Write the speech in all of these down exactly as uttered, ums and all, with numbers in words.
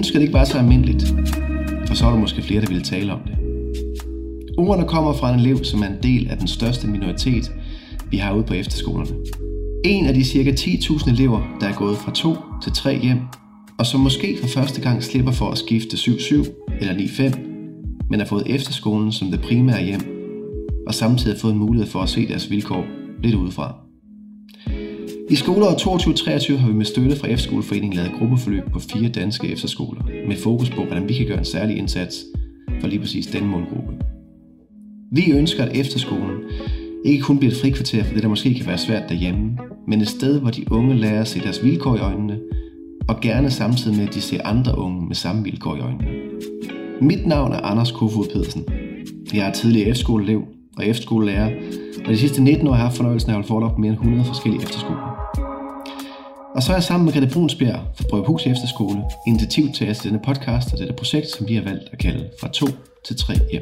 ønsker, det ikke bare så almindeligt, for så er der måske flere, der ville tale om det. Ordene kommer fra en elev, som er en del af den største minoritet, vi har ude på efterskolerne. En af de cirka ti tusind elever, der er gået fra to til tre hjem, og som måske for første gang slipper for at skifte syv syv eller ni fem, men har fået efterskolen som det primære hjem, og samtidig har fået en mulighed for at se deres vilkår lidt udefra. I skoleåret toogtyve treogtyve har vi med støtte fra Efterskoleforeningen lavet gruppeforløb på fire danske efterskoler, med fokus på, hvordan vi kan gøre en særlig indsats for lige præcis den målgruppe. Vi ønsker, at efterskolen ikke kun bliver et frikvarter for det, der måske kan være svært derhjemme, men et sted, hvor de unge lærer at se deres vilkår i øjnene, og gerne samtidig med, at de ser andre unge med samme vilkår i øjnene. Mit navn er Anders Kofod Pedersen. Jeg er tidligere efterskoleelev og efterskolelærer, og de sidste nitten år har jeg haft fornøjelsen af at holde foredrag på mere end hundrede forskellige efterskoler. Og så er jeg sammen med Grete Brunsbjerg fra Brøruphus Efterskole initiativtager til denne podcast og dette projekt, som vi har valgt at kalde Fra to til tre hjem.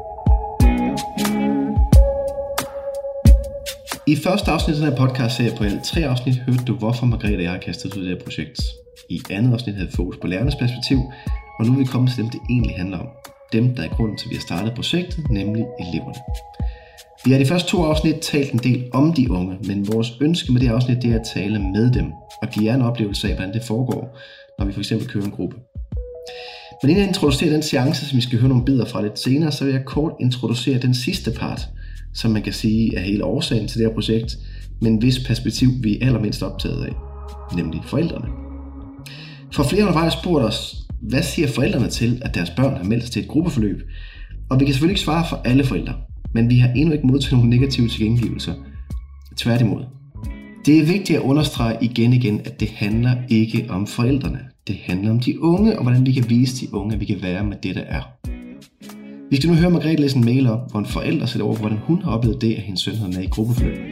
I første afsnit af den her podcast-serie på alle tre afsnit hørte du, hvorfor Margrethe og jeg har kastet ud i det her projekt. I andet afsnit havde fokus på lærernes perspektiv, og nu er vi kommet til dem, det egentlig handler om. Dem, der er grunden til, at vi har startet projektet, nemlig eleverne. Vi har de første to afsnit talt en del om de unge, men vores ønske med det afsnit det er at tale med dem og give jer en oplevelse af, hvordan det foregår, når vi for eksempel kører en gruppe. Men inden jeg introducerer den seance, som vi skal høre nogle bidder fra lidt senere, så vil jeg kort introducere den sidste part, som man kan sige er hele årsagen til det her projekt, men hvis perspektiv vi er allermindst optaget af, nemlig forældrene. For flere undervejs spurgte os, hvad siger forældrene til, at deres børn har meldt sig til et gruppeforløb? Og vi kan selvfølgelig ikke svare for alle forældre, men vi har endnu ikke modtaget nogle negative tilkendegivelser. Tværtimod. Det er vigtigt at understrege igen igen, at det handler ikke om forældrene. Det handler om de unge, og hvordan vi kan vise de unge, at vi kan være med det, der er. Vi skal nu høre Margrethe læse en mail op, hvor en forælder sætter over, hvordan hun har oplevet det, at hendes søn havde med i gruppeforløb.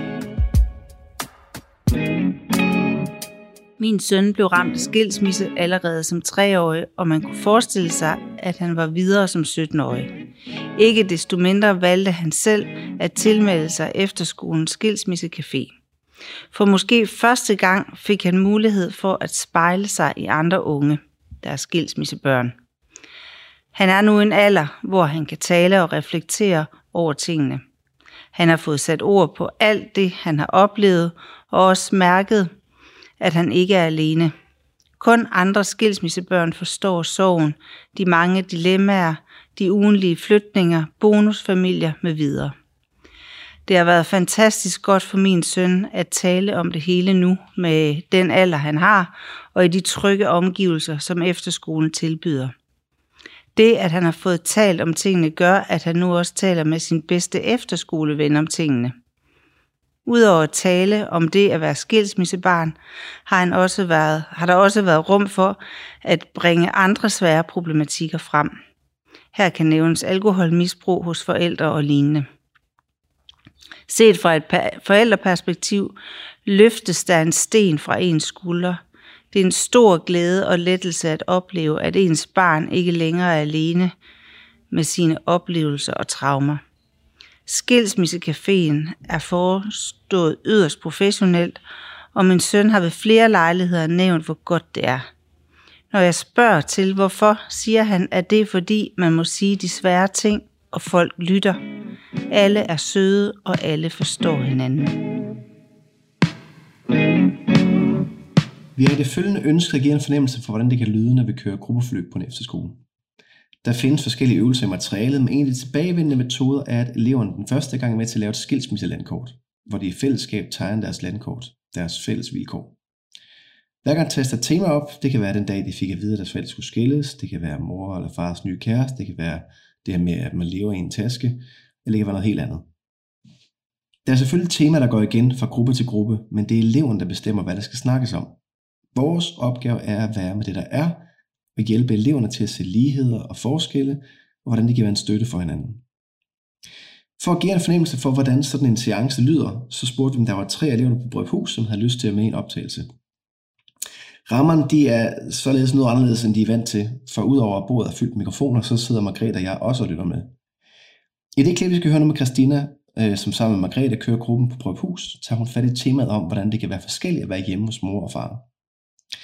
Min søn blev ramt af skilsmisse allerede som treårig, og man kunne forestille sig, at han var videre som sytten-årig. Ikke desto mindre valgte han selv at tilmelde sig efterskolens skilsmissecafé. For måske første gang fik han mulighed for at spejle sig i andre unge, der er skilsmissebørn. Han er nu i en alder, hvor han kan tale og reflektere over tingene. Han har fået sat ord på alt det, han har oplevet, og også mærket, at han ikke er alene. Kun andre skilsmissebørn forstår sorgen, de mange dilemmaer, de ugenlige flytninger, bonusfamilier med videre. Det har været fantastisk godt for min søn at tale om det hele nu med den alder, han har, og i de trygge omgivelser, som efterskolen tilbyder. Det, at han har fået talt om tingene, gør, at han nu også taler med sin bedste efterskoleven om tingene. Udover at tale om det at være skilsmissebarn, har, han også været, har der også været rum for at bringe andre svære problematikker frem. Her kan nævnes alkoholmisbrug hos forældre og lignende. Set fra et forældreperspektiv løftes der en sten fra ens skulder. Det er en stor glæde og lettelse at opleve, at ens barn ikke længere er alene med sine oplevelser og traumer. Skilsmissecaféen er forestået yderst professionelt, og min søn har ved flere lejligheder nævnt, hvor godt det er. Når jeg spørger til hvorfor, siger han, at det er fordi, man må sige de svære ting, og folk lytter. Alle er søde, og alle forstår hinanden. Vi har i det følgende ønsket at give en fornemmelse for, hvordan det kan lyde, når vi kører gruppeforløb på en efterskole. Der findes forskellige øvelser i materialet, men en af de tilbagevendende metoder er, at eleverne den første gang er med til at lave et skilsmisselandkort, hvor de i fællesskab tegner deres landkort, deres fælles vilkår. Hver gang taster et tema op, det kan være den dag, de fik at vide, at deres forældre skulle skilles, det kan være mor eller fars nye kæreste, det kan være det her med, at man lever i en taske, eller det kan være noget helt andet. Der er selvfølgelig temaer, der går igen fra gruppe til gruppe, men det er eleverne, der bestemmer, hvad der skal snakkes om. Vores opgave er at være med det, der er, og hjælpe eleverne til at se ligheder og forskelle, og hvordan de kan være en støtte for hinanden. For at give en fornemmelse for, hvordan sådan en seance lyder, så spurgte vi, om der var tre elever på Brøruphus, som havde lyst til at med en optagelse. Rammerne de er således noget anderledes, end de er vant til, for udover at bordet er fyldt med mikrofoner, så sidder Margrethe og jeg også og lytter med. I det klip, vi skal høre nu med Christina, som sammen med Margrethe kører gruppen på Brøruphus, tager hun fat i temaet om, hvordan det kan være forskelligt at være hjemme hos mor og far.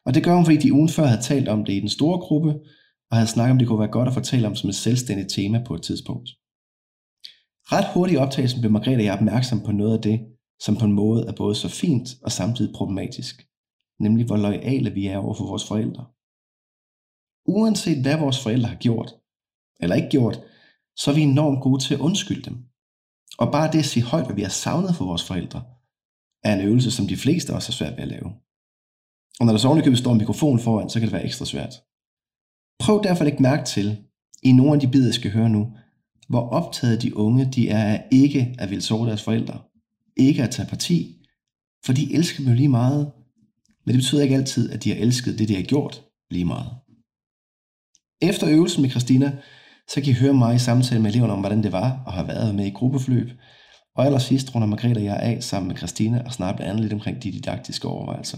Og det gør hun, fordi de ugen før havde talt om det i den store gruppe, og havde snakket om, det kunne være godt at fortælle om som et selvstændigt tema på et tidspunkt. Ret hurtigt i optagelsen blev Margrethe og jeg opmærksom på noget af det, som på en måde er både så fint og samtidig problematisk, nemlig hvor loyale vi er over for vores forældre. Uanset hvad vores forældre har gjort, eller ikke gjort, så er vi enormt gode til at undskylde dem. Og bare det at sige højt, hvad vi har savnet for vores forældre, er en øvelse, som de fleste af os er svært ved at lave. Og når der så ovenikøbet står en mikrofon foran, så kan det være ekstra svært. Prøv derfor at lægge mærke til, i nogle af de bidder, jeg skal høre nu, hvor optaget de unge de er af ikke at ville sove deres forældre, ikke at tage parti, for de elsker dem jo lige meget, men det betyder ikke altid, at de har elsket det, de har gjort lige meget. Efter øvelsen med Christina, så kan I høre mig i samtale med eleverne om, hvordan det var at have været med i gruppeforløb, og allersidst runder Margrethe og jeg af sammen med Christina og snakker blandt andet lidt omkring de didaktiske overvejelser.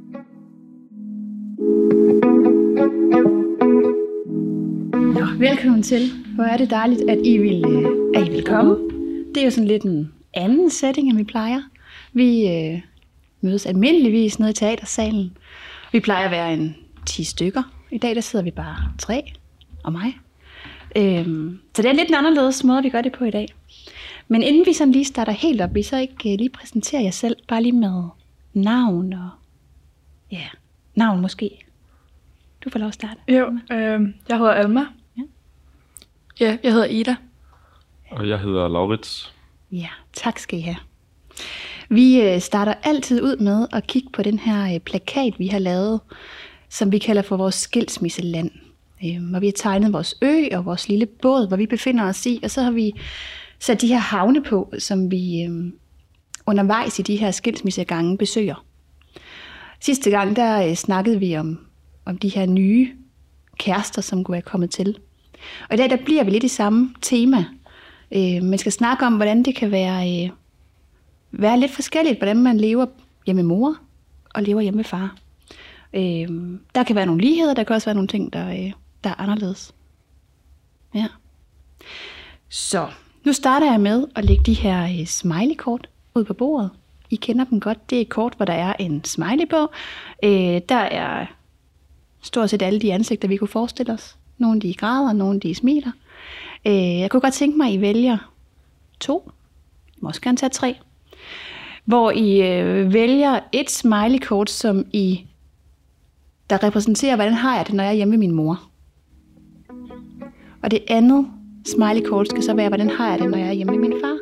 Nå, velkommen til. Hvor er det dejligt, at I vil, at I vil komme. Det er jo sådan lidt en anden setting, end vi plejer. Vi øh, mødes almindeligvis nede i teatersalen. Vi plejer at være en ti stykker. I dag der sidder vi bare tre og mig. Øhm, så det er lidt en anderledes måde, vi gør det på i dag. Men inden vi sådan lige starter helt op, vi så ikke lige præsentere jer selv, bare lige med navn og ja, navn måske. Du får lov at starte. Jo, øh, jeg hedder Alma. Ja. Ja, jeg hedder Ida. Og jeg hedder Laurits. Ja, tak skal I have. Vi starter altid ud med at kigge på den her plakat, vi har lavet, som vi kalder for vores skilsmisseland. Hvor vi har tegnet vores ø og vores lille båd, hvor vi befinder os i, og så har vi sat de her havne på, som vi undervejs i de her skilsmissegange besøger. Sidste gang, der snakkede vi om, om de her nye kærester, som kunne være kommet til. Og i dag, der bliver vi lidt i samme tema. Man skal snakke om, hvordan det kan være, være lidt forskelligt, hvordan man lever hjemme med mor og lever hjemme med far. Der kan være nogle ligheder, der kan også være nogle ting, der, der er anderledes. Ja. Så nu starter jeg med at lægge de her smiley-kort ud på bordet. I kender dem godt. Det er et kort, hvor der er en smiley på. Der er stort set alle de ansigter, vi kunne forestille os. Nogle de græder, nogle de smiler. Jeg kunne godt tænke mig, at I vælger to. I må også gerne tage tre. Hvor I vælger et smiley-kort, som I der repræsenterer, hvordan har jeg det, når jeg er hjemme med min mor. Og det andet smiley-kort skal så være, hvordan har jeg det, når jeg er hjemme med min far.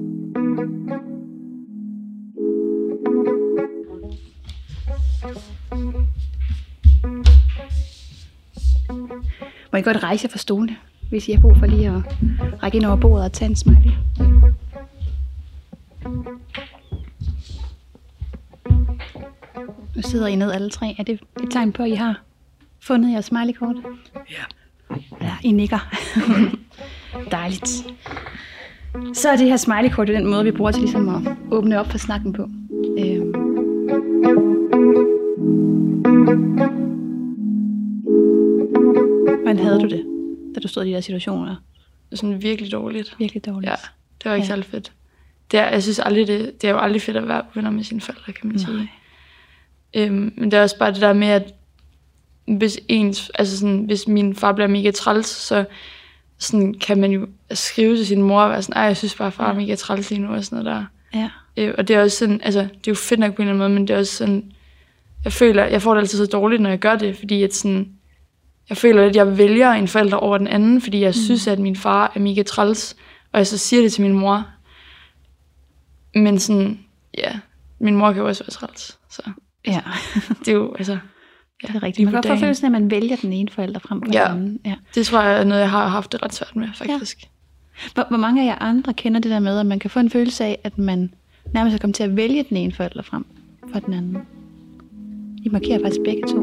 Må I godt rejse fra stolene, hvis I har brug for lige at række ind over bordet og tage en smiley. Nu sidder I ned alle tre. Er det et tegn på, at I har fundet jeres smiley-kort? Ja. Ja, I nikker. Dejligt. Så er det her smiley-kort den måde, vi bruger til ligesom at åbne op for snakken på. Øhm. Hvordan havde du det, da du stod i de der situationer? Det er sådan virkelig dårligt. Virkelig dårligt. Ja, det var ikke ja. særlig fedt. Det er, jeg synes aldrig, det, det er jo aldrig fedt at være venner med sine forældre, kan man Nej. sige. Øhm, men det er også bare det der med, at hvis, ens, altså sådan, hvis min far bliver mega træls, så sådan, kan man jo skrive til sin mor og være sådan, ej, jeg synes bare, far er mega træls lige nu, og sådan noget der. Ja. Øh, og det er også sådan, altså, det er jo fedt nok på en eller anden måde, men det er også sådan, jeg føler, jeg får det altid så dårligt, når jeg gør det, fordi at sådan, jeg føler, at jeg vælger en forælder over den anden, fordi jeg mm. synes, at min far er mega træls, og jeg så siger det til min mor. Men sådan, ja, min mor kan jo også være træls, så Ja. det er jo, altså, ja, det er rigtigt. Man kan godt få følelsen af, at man vælger den ene forælder frem for ja. den anden. Ja, det tror jeg er noget, jeg har haft det ret svært med, faktisk. Ja. Hvor, hvor mange af jer andre kender det der med, at man kan få en følelse af, at man nærmest er kommet til at vælge den ene forælder frem for den anden? I markerer faktisk begge to.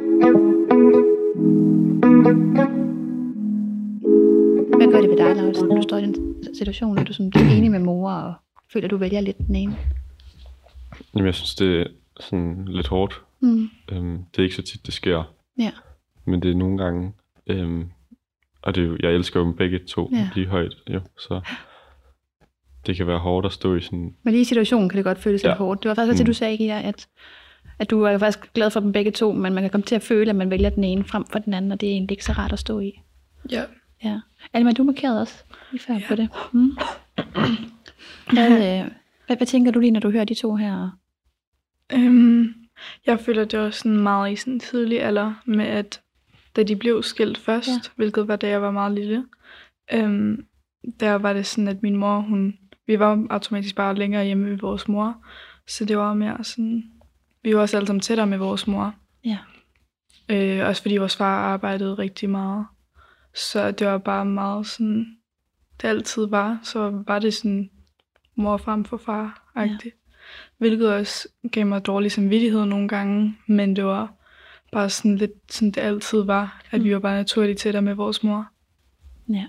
Hvad gør det ved dig, Laurits, når du står i den situation, og du som er enig med mor, og føler, at du vælger lidt den ene? Jamen, jeg synes, det er sådan lidt hårdt. Mm. Øhm, det er ikke så tit, det sker. Ja. Men det er nogle gange. Øhm, og det er jo, jeg elsker jo dem begge to ja. lige højt. Jo, så det kan være hårdt at stå i sådan... Men lige i situationen kan det godt føles ja. lidt hårdt. Det var faktisk, mm. det du sagde, Ida, at At du er faktisk glad for dem begge to, men man kan komme til at føle, at man vælger den ene frem for den anden, og det er egentlig ikke så rart at stå i. Ja. Ja. Alma, du markerede også lige før ja. på det. Mm. Hvad, øh, hvad, hvad tænker du lige, når du hører de to her? Øhm, jeg føler, det var sådan meget i sådan en tidlig alder, med at da de blev skilt først, ja. hvilket var da jeg var meget lille, øhm, der var det sådan, at min mor, hun, vi var automatisk bare længere hjemme med vores mor, så det var mere sådan, vi var også alle sammen tættere med vores mor. Ja. Øh, også fordi vores far arbejdede rigtig meget. Så det var bare meget sådan, det altid var, så var det sådan mor frem for far-agtigt. Ja. Hvilket også gav mig dårlig samvittighed nogle gange, men det var bare sådan lidt, sådan det altid var, at mm. vi var bare naturligt tættere med vores mor. Ja.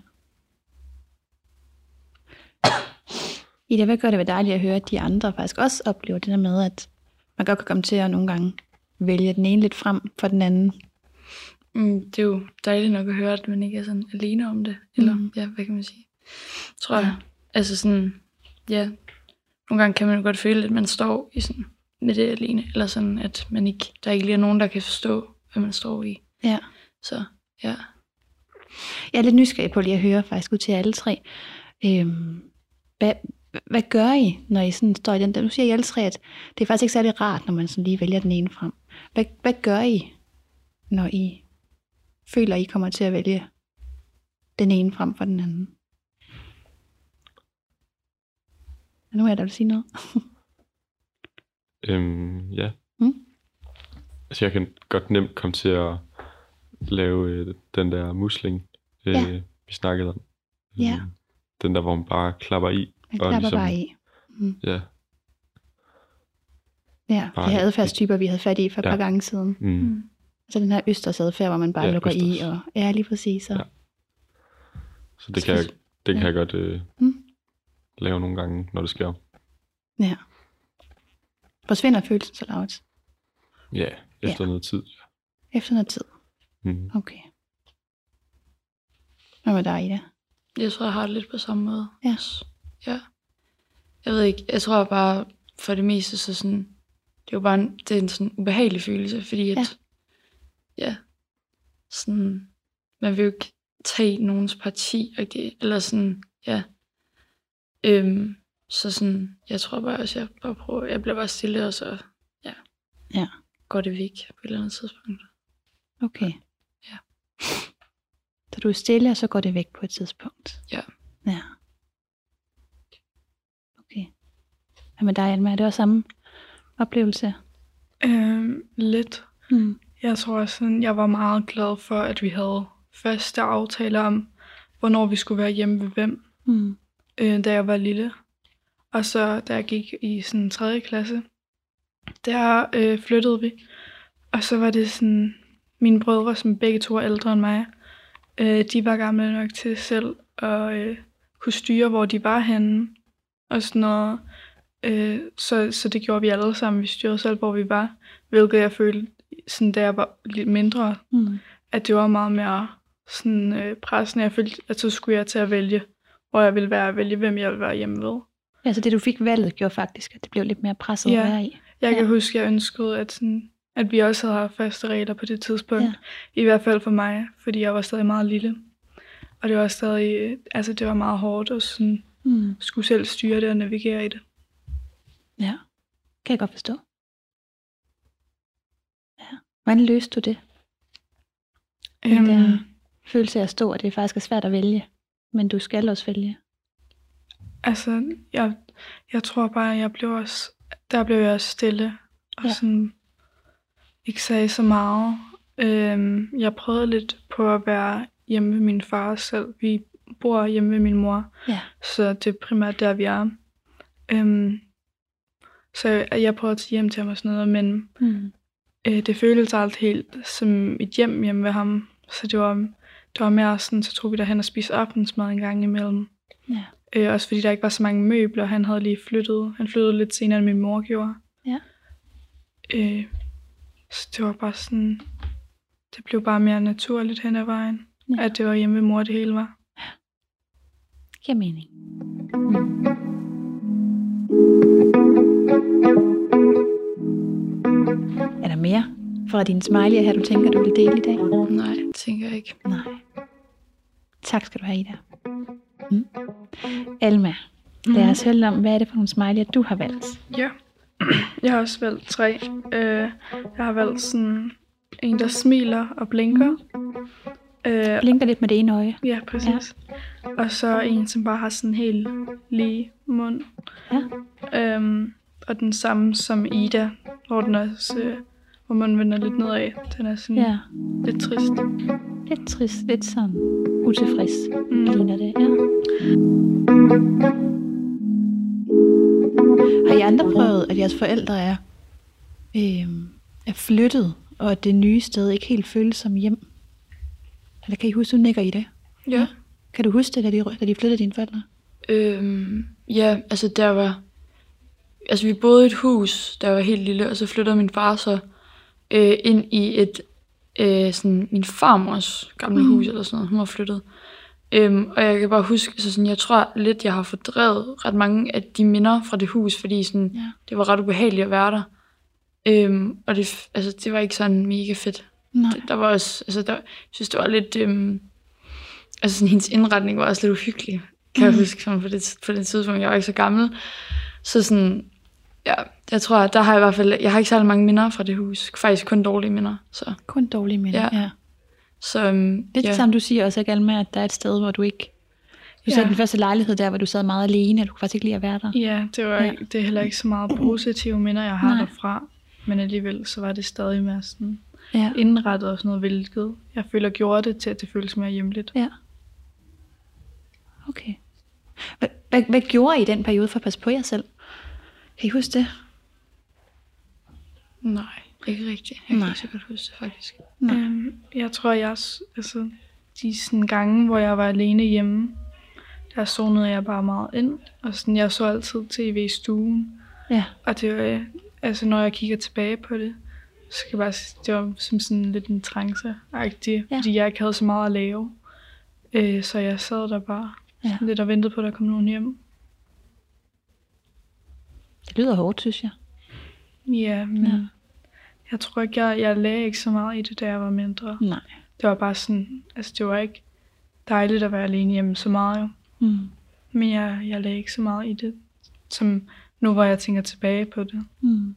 Ida, hvad gør det ved dejligt at høre, at de andre faktisk også oplever det der med, at man godt kan komme til at nogle gange vælge den ene lidt frem for den anden? Mm, det er jo dejligt nok at høre, at man ikke er sådan alene om det. Eller, mm. ja, hvad kan man sige? Tror jeg. Ja. Altså sådan, ja. Nogle gange kan man jo godt føle, at man står i sådan, med det alene. Eller sådan, at man ikke, der ikke lige er nogen, der kan forstå, hvad man står i. Ja. Så, ja. Jeg er lidt nysgerrig på lige at høre faktisk ud til alle tre. Øhm, hvad, hvad gør I, når I sådan står i den der? Nu siger I alle tre, at det er faktisk ikke særlig rart, når man sådan lige vælger den ene frem. Hvad, hvad gør I, når I føler, I kommer til at vælge den ene frem for den anden? Nu er jeg da vil sige noget. øhm, ja. Mm? Altså jeg kan godt nemt komme til at lave øh, den der musling, øh, ja. vi snakkede om. Ja. Øh, den der, hvor man bare klapper i. Man klapper ligesom, bare i. Mm. Ja. Ja, de her adfærdstyper, vi havde fat i for et ja. par gange siden. Mm. Mm. Så den her østersadfærd, hvor man bare ja, lukker østers. i. Og, ja, lige præcis. Så, ja. så det kan, jeg, det kan ja. jeg godt øh, mm. lave nogle gange, når det sker. Ja. Forsvinder følelsen så lavt? Ja, efter ja. noget tid. Ja. Efter noget tid? Mm. Okay. Hvad med dig, Ida? Jeg tror, jeg har det lidt på samme måde. Ja. Ja. Jeg ved ikke, jeg tror bare, for det meste, så sådan, det er jo bare en, det er en sådan ubehagelig følelse, fordi at, ja, ja sådan, man vil jo ikke tage nogens parti, eller sådan, ja. Øhm, så sådan, jeg tror bare også, jeg bare prøver, jeg bliver bare stille, og så, ja, ja. går det væk på et eller andet tidspunkt. Okay. Ja. Så du er stille, og så går det væk på et tidspunkt? Ja. Ja. Okay. Hvad med dig, Alma? Er det også samme oplevelse? Øhm, lidt. Mm. Jeg tror sådan, jeg var meget glad for, at vi havde første aftaler om, hvornår vi skulle være hjemme ved hvem, mm. øh, da jeg var lille. Og så da jeg gik i sådan tredje klasse, der øh, flyttede vi. Og så var det sådan, mine brødre, som begge to er ældre end mig, øh, de var gamle nok til selv at øh, kunne styre, hvor de var henne. Og sådan noget. Øh, så, så det gjorde vi alle sammen. Vi styrede selv, hvor vi var. Hvilket jeg følte, sådan, da jeg var lidt mindre, mm. at det var meget mere sådan, øh, pressende. Jeg følte, at så skulle jeg til at vælge, hvor jeg ville være, vælge, hvem jeg ville være hjemme ved. Ja, så det du fik valget gjorde faktisk, at det blev lidt mere presset ja, at være i. Jeg ja. kan huske, at jeg ønskede, at, sådan, at vi også havde haft faste regler på det tidspunkt. Ja. I hvert fald for mig, fordi jeg var stadig meget lille. Og det var stadig, altså det var meget hårdt at sådan, mm. skulle selv styre det og navigere i det. Ja, kan jeg godt forstå. Ja. Hvordan løste du det? Den Øhm, der følelse af at stå, at det faktisk er svært at vælge, men du skal også vælge. Altså, jeg, jeg tror bare, jeg blev også, der blev jeg også stille, og ja. sådan ikke sagde så meget. Øhm, jeg prøvede lidt på at være hjemme med min far selv. Vi bor hjemme med min mor, ja. så det er primært der, vi er. Øhm, så jeg, jeg prøvede at tage hjem til ham og sådan noget, men mm. øh, det føltes aldrig helt som et hjem hjemme ved ham. Så det var, det var mere sådan, så tog vi derhen og spiste aftensmad en gang imellem. Ja. Øh, også fordi der ikke var så mange møbler. Han havde lige flyttet. Han flyttede lidt senere, end min mor gjorde. Ja. Øh, så det var bare sådan, det blev bare mere naturligt hen ad vejen, ja. At det var hjemme ved mor, det hele var. Ja. Giver mening. Er der mere fra dine smiley'er her, du tænker, du vil dele i dag? Nej, det tænker jeg ikke. Nej. Tak skal du have, Ida. Mm. Alma, lad os høre om, hvad er det for nogle smiley'er, du har valgt? Ja, jeg har også valgt tre. Øh, jeg har valgt sådan en, der smiler og blinker. Øh, Blinker lidt med det ene øje. ja, præcis. Ja. Og så en, som bare har sådan helt lige mund. Ja. Øhm, og den samme som Ida, hvor den også, øh, hvor man vender lidt nedad. Den er sådan Ja. lidt trist. Lidt trist, lidt sådan utilfreds, Mm. ligner det. Ja. Har I andre prøvet, at jeres forældre er, øh, er flyttet, og at det nye sted ikke helt føles som hjem? Eller kan I huske, du nikker i det? Ja. Kan du huske det, da de, da de flyttede dine forældre? Øhm, ja, altså der var... Altså vi boede i et hus, der var helt lille, og så flyttede min far så øh, ind i et... Øh, sådan min farmors gamle Mm. hus eller sådan noget. Hun var flyttet. Øhm, og jeg kan bare huske, altså sådan, jeg tror lidt, jeg har fordrevet ret mange af de minder fra det hus, fordi sådan, Ja. det var ret ubehageligt at være der. Øhm, og det, altså, det var ikke sådan mega fedt. Nej. Der var også, altså der, jeg synes, det var lidt, øhm, altså sådan, hendes indretning var også lidt uhyggelig, kan mm. jeg huske, sådan, på, det, på det tidspunkt, jeg var ikke så gammel. Så sådan, ja, jeg tror, der har jeg i hvert fald, jeg har ikke særlig mange minder fra det hus, faktisk kun dårlige minder, så. Kun dårlige minder, Ja. ja. Så, øhm, Det er ja. det samme, du siger også, ikke, Alma, at der er et sted, hvor du ikke... Du sagde Ja. den første lejlighed der, hvor du sad meget alene, og du kunne faktisk ikke lide at være der. Ja, det, var Ja. ikke, det er heller ikke så meget positive minder, jeg har Nej. derfra. Men alligevel, så var det stadig mere sådan Ja. indrettet og sådan noget, hvilket jeg føler gjorde det til, at det føles mere hjemligt. Ja. Okay. Hvad, hvad, hvad gjorde I i den periode for at passe på jer selv? Kan I huske det? Nej, ikke rigtigt. Jeg Nej. kan ikke så godt huske det, faktisk. Nej. Øhm, jeg tror, jeg s- altså, de sådan gange, hvor jeg var alene hjemme, der zonede jeg bare meget ind. Og sådan, jeg så altid tv i stuen. Ja. Og det var, altså, når jeg kigger tilbage på det, så kan jeg bare sige, det var som sådan lidt en trance-agtig, Ja. fordi jeg ikke havde så meget at lave. Øh, så jeg sad der bare Ja. ja. lidt og ventede på, at der kom nogen hjem. Det lyder hårdt, synes jeg. Ja, men Ja. ja. jeg tror ikke, jeg, jeg lagde ikke så meget i det, da jeg var mindre. Nej. Det var bare sådan, altså det var ikke dejligt at være alene hjemme så meget jo. Mm. Men jeg, jeg lagde ikke så meget i det, som nu hvor jeg tænker tilbage på det. Mm.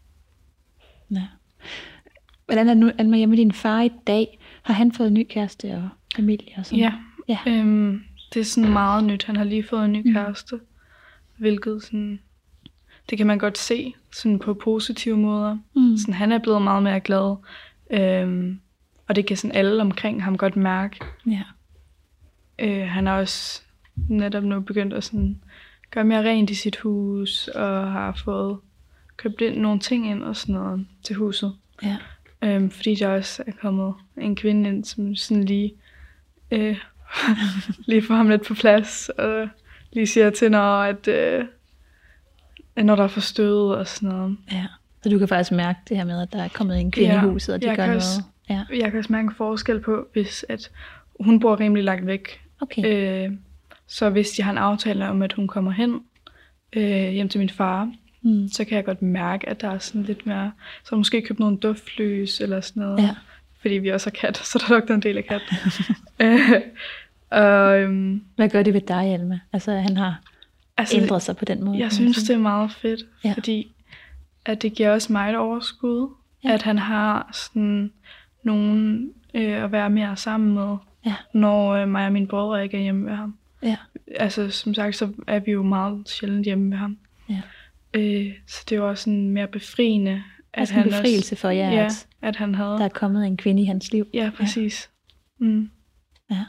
Ja. Hvordan er det nu, Alma, hjemme med din far i dag? Har han fået en ny kæreste og familie og sådan? Ja, Ja. Øhm, det er sådan meget nyt. Han har lige fået en ny Mm. kæreste, hvilket sådan, det kan man godt se sådan på positive måder. Mm. Sådan, han er blevet meget mere glad, øhm, og det kan sådan alle omkring ham godt mærke. Ja. Øh, han er også netop nu begyndt at sådan gøre mere rent i sit hus, og har fået købt ind nogle ting ind og sådan noget til huset. Ja. Øhm, fordi der også er kommet en kvinde ind, som sådan lige, øh, lige får ham lidt på plads, og lige siger til, når, at, øh, at når der er forstøvet og sådan noget. Ja. Så du kan faktisk mærke det her med, at der er kommet en kvinde Ja, i huset, og de jeg gør kan noget. også- Ja. Jeg kan også mærke en forskel på, hvis at hun bor rimelig langt væk. Okay. Øh, så hvis de har en aftale om, at hun kommer hen øh, hjem til min far, Mm. så kan jeg godt mærke, at der er sådan lidt mere... Så måske købt nogle duftlys eller sådan noget. Ja. Fordi vi også har kat, så der lugter en del af kat. øh, og, øhm, Hvad gør det ved dig, Alma? Altså, at han har altså, ændret sig på den måde? jeg kan man synes, sige. det er meget fedt, Ja. ja. fordi at det giver også mig et overskud. Ja. Ja. At han har sådan nogen øh, at være mere sammen med, Ja. når øh, mig og mine brødre ikke er hjemme ved ham. Ja. Altså, som sagt, så er vi jo meget sjældent hjemme ved ham. Ja. Øh, så det var også sådan mere befriende, at Altså en han befrielse for jer, også, ja, at at han havde... der er kommet en kvinde i hans liv. Ja, præcis. Ja. Mm. Ja.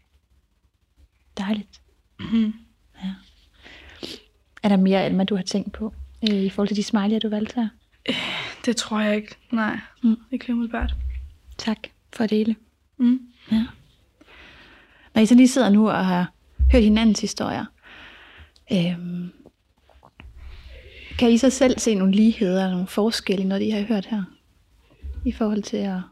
Dejligt. Mm. Er der mere, Alma, du har tænkt på, øh, i forhold til de smiley'er, du valgte her? Det tror jeg ikke. Nej, Mm. mm. ikke lige umiddelbart. Tak for at dele. Mm. Ja. Når I så lige sidder nu og har hørt hinandens historier, øhm, kan I så selv se nogle ligheder og nogle forskelle, når I har hørt her? I forhold til at,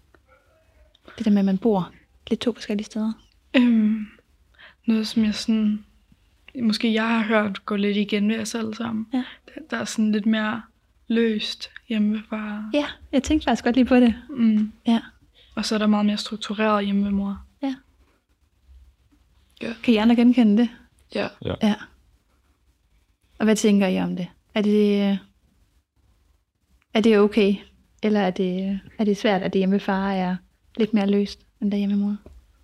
det der med, at man bor lidt to forskellige steder? Øhm, noget, som jeg sådan... Måske jeg har hørt gå lidt igen ved os alle sammen. Ja. Der, der er sådan lidt mere løst hjemme ved far. Ja, jeg tænkte faktisk godt lige på det. Mm. Ja. Og så er der meget mere struktureret hjemme ved mor. Ja. Ja. Kan I andre genkende det? Ja. Ja. Og hvad tænker I om det? Er det, er det okay? Eller er det, er det svært, at det hjemme ved far er lidt mere løst, end der hjemme ved mor?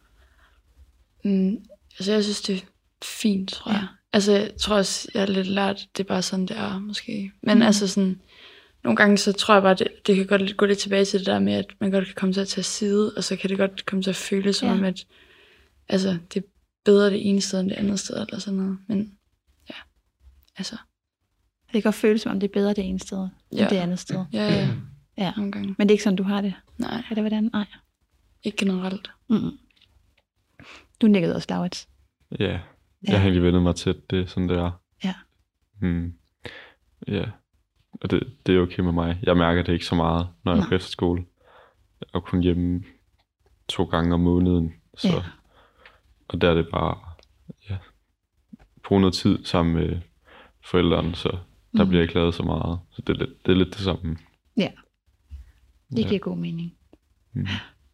Mm, altså, jeg synes, det er fint, tror jeg. Ja. Altså, jeg tror også, jeg har lidt lært, det er bare sådan, det er, måske. Men Mm. altså sådan, nogle gange, så tror jeg bare, det, det kan godt gå lidt tilbage til det der med, at man godt kan komme til at tage side, og så kan det godt komme til at føles som Ja. om, at altså, det er bedre det ene sted, end det andet sted, eller sådan noget. Men ja, altså, Det kan godt føles som om, det er bedre det ene sted, end Ja. det andet sted. ja, ja, Ja. nogle gange. Men det er ikke sådan, du har det? Nej, Eller hvordan? Nej. ikke generelt. Mm-mm. Du nikkede også, Laurits. Ja, Ja. jeg har egentlig vendt mig til, at det er sådan, det er. Ja. Hmm. Ja, og det, det er okay med mig. Jeg mærker det ikke så meget, når jeg er Nej. på efterskole. Jeg er kun hjemme to gange om måneden. Så. Ja. Og der er det bare, ja, bruge noget tid sammen med forældrene, så der Mm. bliver ikke lavet så meget. Så det er lidt det, er lidt det samme. Ja. Det Ja. giver god mening. Mm.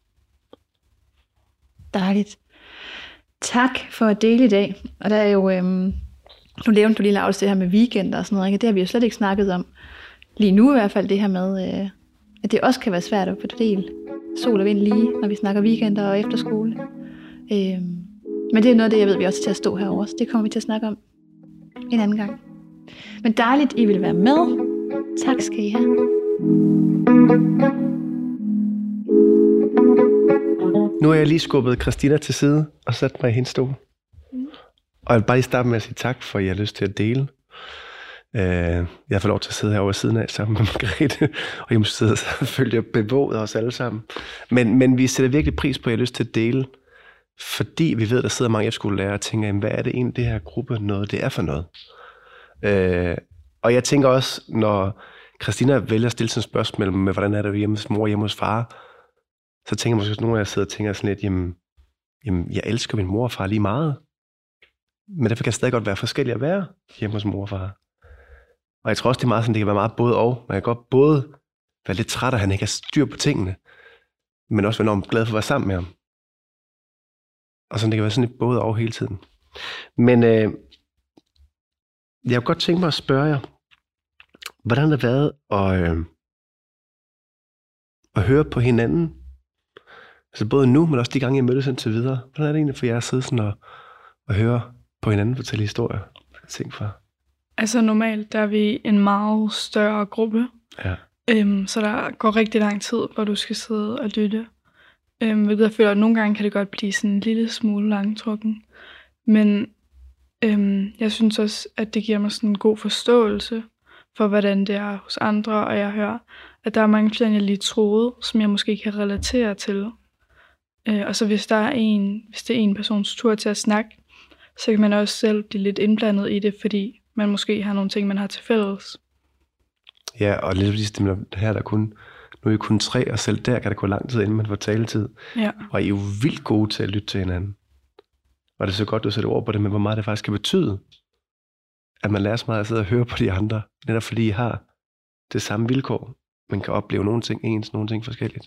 Dejligt. Tak for at dele i dag. Og der er jo, øhm, nu nævnte du lige, Laurits, det her med weekender og sådan noget, ikke? Det har vi jo slet ikke snakket om. Lige nu i hvert fald det her med, øh, at det også kan være svært at fordele sol og vind lige, når vi snakker weekender og efterskole. Øhm, men det er noget af det, jeg ved, vi også er til at stå herovre, så det kommer vi til at snakke om en anden gang. Men dejligt, I vil være med. Tak skal I have. Nu har jeg lige skubbet Christina til side og sat mig i hendes stol. Mm. Og jeg vil bare lige starte med at sige tak, for at I har lyst til at dele. Uh, jeg får lov til at sidde herovre siden af sammen med Margrethe, og I må sidde og følge bevåget os alle sammen. Men, men vi sætter virkelig pris på, at I har lyst til at dele, fordi vi ved, at der sidder mange efterskolelærere og tænker, jamen, hvad er det egentlig, det her gruppe noget, det er for noget? Uh, og jeg tænker også, når Christina vælger at stille sådan et spørgsmål med, hvordan er det hjemme hos mor og hjemme hos far, så tænker jeg måske, at nogle af jer sidder og tænker sådan lidt, jamen, jamen, jeg elsker min mor og far lige meget. Men derfor kan det stadig godt være forskelligt at være hjemme hos mor og far. Og jeg tror også, det er meget sådan, det kan være meget både og. Man kan godt både være lidt træt, at han ikke har styr på tingene, men også være enormt glad for at være sammen med ham. Og sådan, det kan være sådan lidt både og hele tiden. Men øh, jeg kunne godt tænke mig at spørge jer, hvordan det har været at, øh, at høre på hinanden. Altså både nu, men også de gange, jeg mødtes indtil videre. Hvordan er det egentlig for jer at sidde sådan og, og høre på hinanden fortælle historier? Ting fra. Altså normalt, der er vi en meget større gruppe. Ja. Øhm, så der går rigtig lang tid, hvor du skal sidde og lytte. Øhm, hvilket jeg føler, at nogle gange kan det godt blive sådan en lille smule langtrukken. Men øhm, jeg synes også, at det giver mig sådan en god forståelse for, hvordan det er hos andre. Og jeg hører, at der er mange flere, end jeg lige troede, som jeg måske kan relatere til. Øh, og så hvis der er en, hvis det er en persons tur til at snakke, så kan man også selv blive lidt indblandet i det, fordi man måske har nogle ting, man har til fælles. Ja, og lidt fordi det her der kun, nu er I kun tre, og selv der kan der gå lang tid, inden man får taletid. Ja. Og I er jo vildt gode til at lytte til hinanden. Og det er så godt, du sætter ord på det, men hvor meget det faktisk kan betyde, at man lærer så meget at sidde og høre på de andre, netop fordi I har det samme vilkår. Man kan opleve nogle ting ens, nogle ting forskelligt.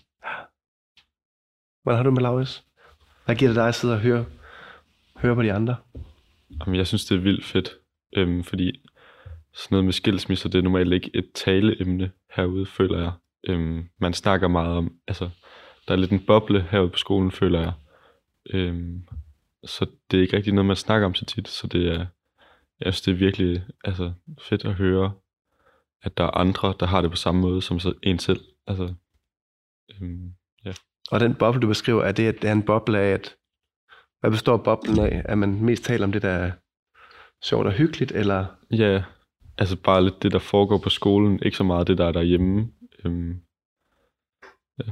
Hvordan har du med, Laurits? Hvad giver det dig at sidde og høre, høre på de andre? Jamen, jeg synes, det er vildt fedt, øhm, fordi sådan noget med skilsmisser, det er normalt ikke et taleemne herude, føler jeg. Øhm, man snakker meget om, altså, der er lidt en boble herude på skolen, føler jeg. Øhm, så det er ikke rigtig noget, man snakker om så tit, så det er, jeg synes, det er virkelig altså, fedt at høre, at der er andre, der har det på samme måde som en selv. Altså, øhm, ja. Og den boble, du beskriver, er det, at det er en boble af, at hvad består boblen af? At man mest taler om det, der er sjovt og hyggeligt, eller? Ja, altså bare lidt det, der foregår på skolen, ikke så meget det, der er derhjemme. Øhm, ja.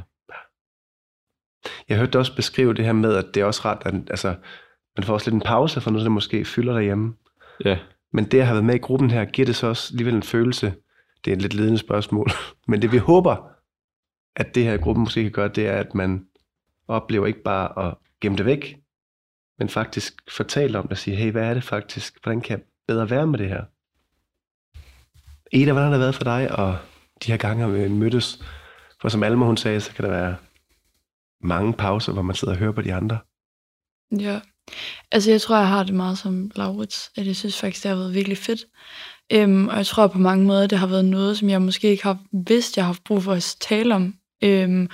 Jeg hørte dig også beskrive det her med, at det er også ret, at altså, man får også lidt en pause for noget, der måske fylder derhjemme. Ja. Men det at have været med i gruppen her, giver det så også alligevel en følelse. Det er et lidt ledende spørgsmål. Men det vi håber, at det her i gruppen måske kan gøre, det er, at man oplever ikke bare at gemme det væk, men faktisk fortælle om det og sige, hey, hvad er det faktisk? Hvordan kan jeg bedre være med det her? Ida, hvordan har det været for dig at de her gange, vi mødtes? For som Alma hun sagde, så kan der være mange pauser, hvor man sidder og hører på de andre. Ja, altså jeg tror, jeg har det meget som Laurits, at jeg synes faktisk, det har været virkelig fedt. Øhm, og jeg tror på mange måder, det har været noget, som jeg måske ikke har vidst, jeg har haft brug for at tale om. Øhm,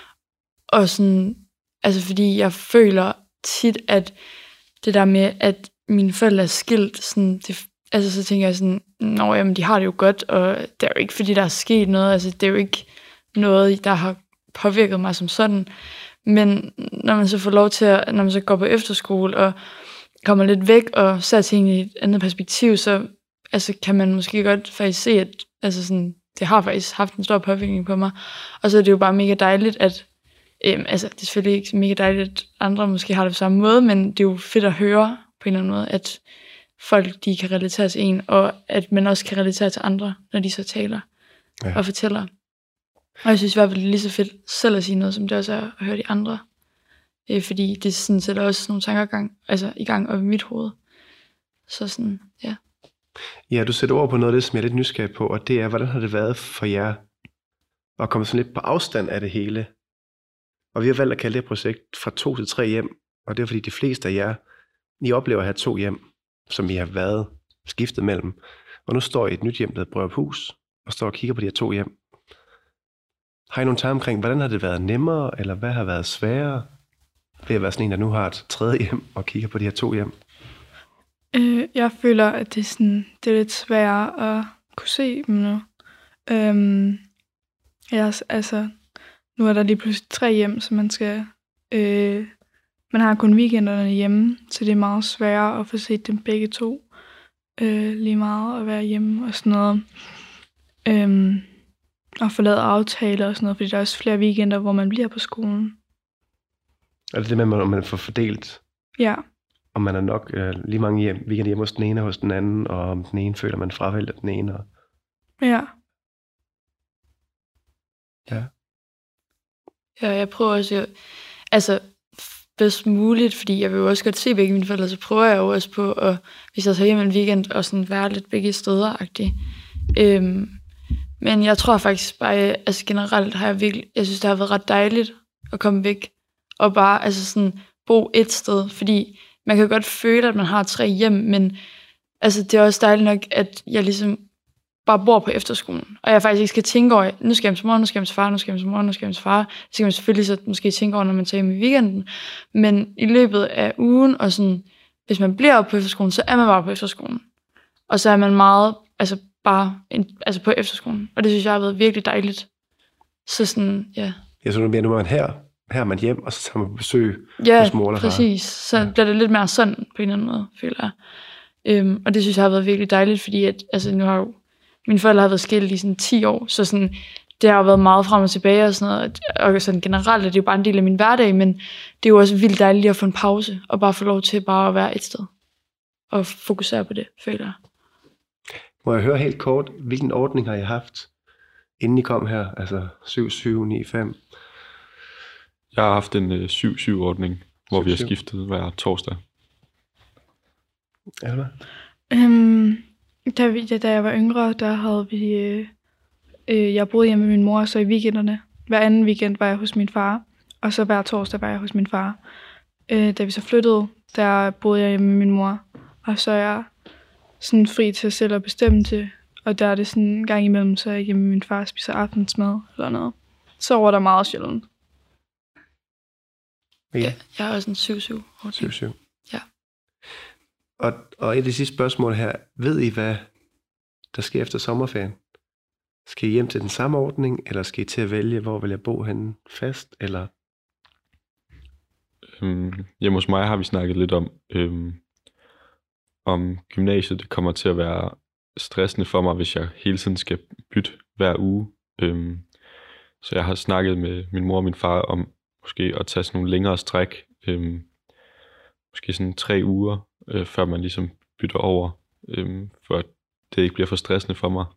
og sådan, altså fordi jeg føler tit, at det der med, at mine forældre er skilt, sådan, det, altså så tænker jeg sådan, nå jamen, de har det jo godt, og det er jo ikke, fordi der er sket noget, altså det er jo ikke noget, der har påvirket mig som sådan. Men når man så får lov til at, når man så går på efterskole og kommer lidt væk og ser tingene i et andet perspektiv, så altså, kan man måske godt faktisk se, at altså sådan, det har faktisk haft en stor påvirkning på mig. Og så er det jo bare mega dejligt, at øhm, altså, det er selvfølgelig ikke mega dejligt, at andre måske har det på samme måde, men det er jo fedt at høre på en eller anden måde, at folk de kan relatere til en, og at man også kan relatere til andre, når de så taler ja. og fortæller. Og jeg synes i hvert fald, det er lige så fedt selv at sige noget, som det også er at høre de andre. Øh, fordi det sådan, sætter også nogle tanker altså, i gang op i mit hoved. Så sådan, ja. Ja, du sætter ord på noget af det, som jeg er lidt nysgerrig på, og det er, hvordan har det været for jer at komme sådan lidt på afstand af det hele? Og vi har valgt at kalde det her projekt fra to til tre hjem, og det er fordi de fleste af jer, I oplever at have to hjem, som I har været skiftet mellem. Og nu står I i et nyt hjem, der hedder Brøruphus, og står og kigger på de her to hjem. Har I nogle tanker omkring, hvordan har det været nemmere, eller hvad har været sværere ved at være sådan en, der nu har et tredje hjem og kigger på de her to hjem? Øh, jeg føler, at det er, sådan, det er lidt sværere at kunne se dem nu. Øhm, jeg, altså, nu er der lige pludselig tre hjem, så man skal... Øh, man har kun weekenderne hjemme, så det er meget sværere at få set dem begge to. Øh, lige meget at være hjemme og sådan noget. Øhm, og få lavet aftaler og sådan noget, fordi der er også flere weekender, hvor man bliver på skolen. Er det det med, at man får fordelt? Ja. Om man er nok øh, lige mange hjem, weekender hjemme hos den ene og hos den anden, og om den ene føler, man fravælger den ene. Og... Ja. Ja. Ja, jeg prøver også, jeg, altså bedst muligt, fordi jeg vil jo også godt se begge mine forældre, så prøver jeg jo også på, at, hvis jeg tager hjem en weekend, og sådan være lidt begge steder-agtig. Øhm, men jeg tror faktisk bare, altså generelt har jeg virkelig, jeg synes, det har været ret dejligt at komme væk, og bare altså sådan bo et sted, fordi man kan godt føle, at man har tre hjem, men altså det er også dejligt nok, at jeg ligesom bare bor på efterskolen, og jeg faktisk ikke skal tænke over, nu skal jeg hjem til mor, nu skal jeg hjem til far, nu skal jeg hjem til mor, nu skal jeg hjem til far. Det skal man selvfølgelig så måske tænke over, når man tager hjem i weekenden, men i løbet af ugen, og sådan, hvis man bliver oppe på efterskolen, så er man bare på efterskolen. Og så er man meget, altså bare en, altså på efterskolen, og det synes jeg har været virkelig dejligt. Så sådan, ja. Jeg synes, nu er man her, her er man hjem, og så tager man på besøg ja, hos mor eller far. præcis. Så ja. bliver det lidt mere sådan på en eller anden måde, føler jeg. Øhm, og det synes jeg har været virkelig dejligt, fordi at, altså nu har jo mine forældre har været skilt i sådan ti år, så sådan, det har jo været meget frem og tilbage og sådan noget, og sådan generelt er det jo bare en del af min hverdag, men det er jo også vildt dejligt at få en pause, og bare få lov til bare at være et sted, og fokusere på det, føler jeg. Må jeg høre helt kort, hvilken ordning har I haft, inden I kom her, altså syv syv ni fem? Jeg har haft en øh, syv syv ordning, hvor syv, vi har skiftet hver torsdag. Er det hvad? Øhm, da, vi, da jeg var yngre, der havde vi... Øh, øh, jeg boede hjemme med min mor, så i weekenderne. Hver anden weekend var jeg hos min far, og så hver torsdag var jeg hos min far. Øh, da vi så flyttede, der boede jeg hjemme med min mor, og så er jeg sådan fri til selv at bestemme til. Og der er det sådan en gang imellem, så er jeg hjemme med min far og spiser aftensmad eller noget. Så var der meget sjældent. Ja, jeg har også en syv syv ordning. syv syv. Ja. Og, og et af de sidste spørgsmål her. Ved I, hvad der sker efter sommerferien? Skal I hjem til den samme ordning, eller skal I til at vælge, hvor vil jeg bo henne fast, eller? Øhm, hjemme hos mig har vi snakket lidt om, øhm, om gymnasiet. Det kommer til at være stressende for mig, hvis jeg hele tiden skal bytte hver uge. Øhm, så jeg har snakket med min mor og min far om måske at tage sådan nogle længere stræk. Øhm, måske sådan tre uger, øh, før man ligesom bytter over, øh, for at det ikke bliver for stressende for mig.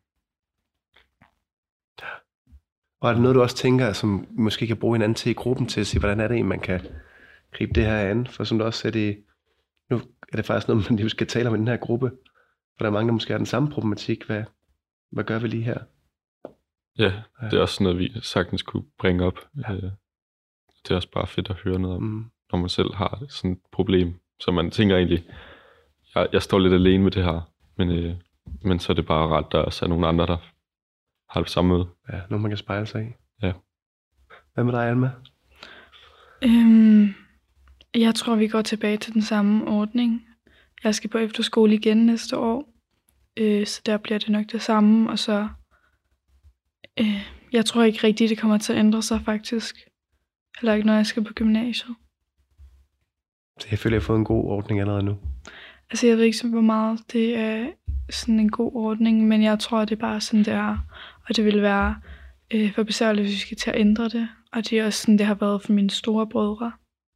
Og er det noget, du også tænker, som måske kan bruge hinanden til i gruppen til at se, hvordan er det, man kan gribe det her an? For som du også sagde, det, nu er det faktisk noget, man lige skal tale om i den her gruppe. For der er mange, der måske har den samme problematik. Hvad, hvad gør vi lige her? Ja, det er også noget, vi sagtens kunne bringe op. Ja. Det er også bare fedt at høre noget om, mm. når man selv har sådan et problem. Så man tænker egentlig, jeg, jeg står lidt alene med det her, men, øh, men så er det bare ret, der også er nogle andre, der har det samme med. Ja, noget man kan spejle sig i. Ja. Hvad med dig, Alma? Øhm, jeg tror, vi går tilbage til den samme ordning. Jeg skal på efterskole igen næste år, øh, så der bliver det nok det samme. Og så, øh, jeg tror ikke rigtigt, det kommer til at ændre sig faktisk. Heller ikke, når jeg skal på gymnasiet. Så jeg føler, jeg har fået en god ordning allerede nu. Altså, jeg ved ikke, hvor meget det er sådan en god ordning, men jeg tror, det er bare sådan, det er. Og det vil være øh, for besærligt, hvis vi skal til at ændre det. Og det er også sådan, det har været for mine store brødre.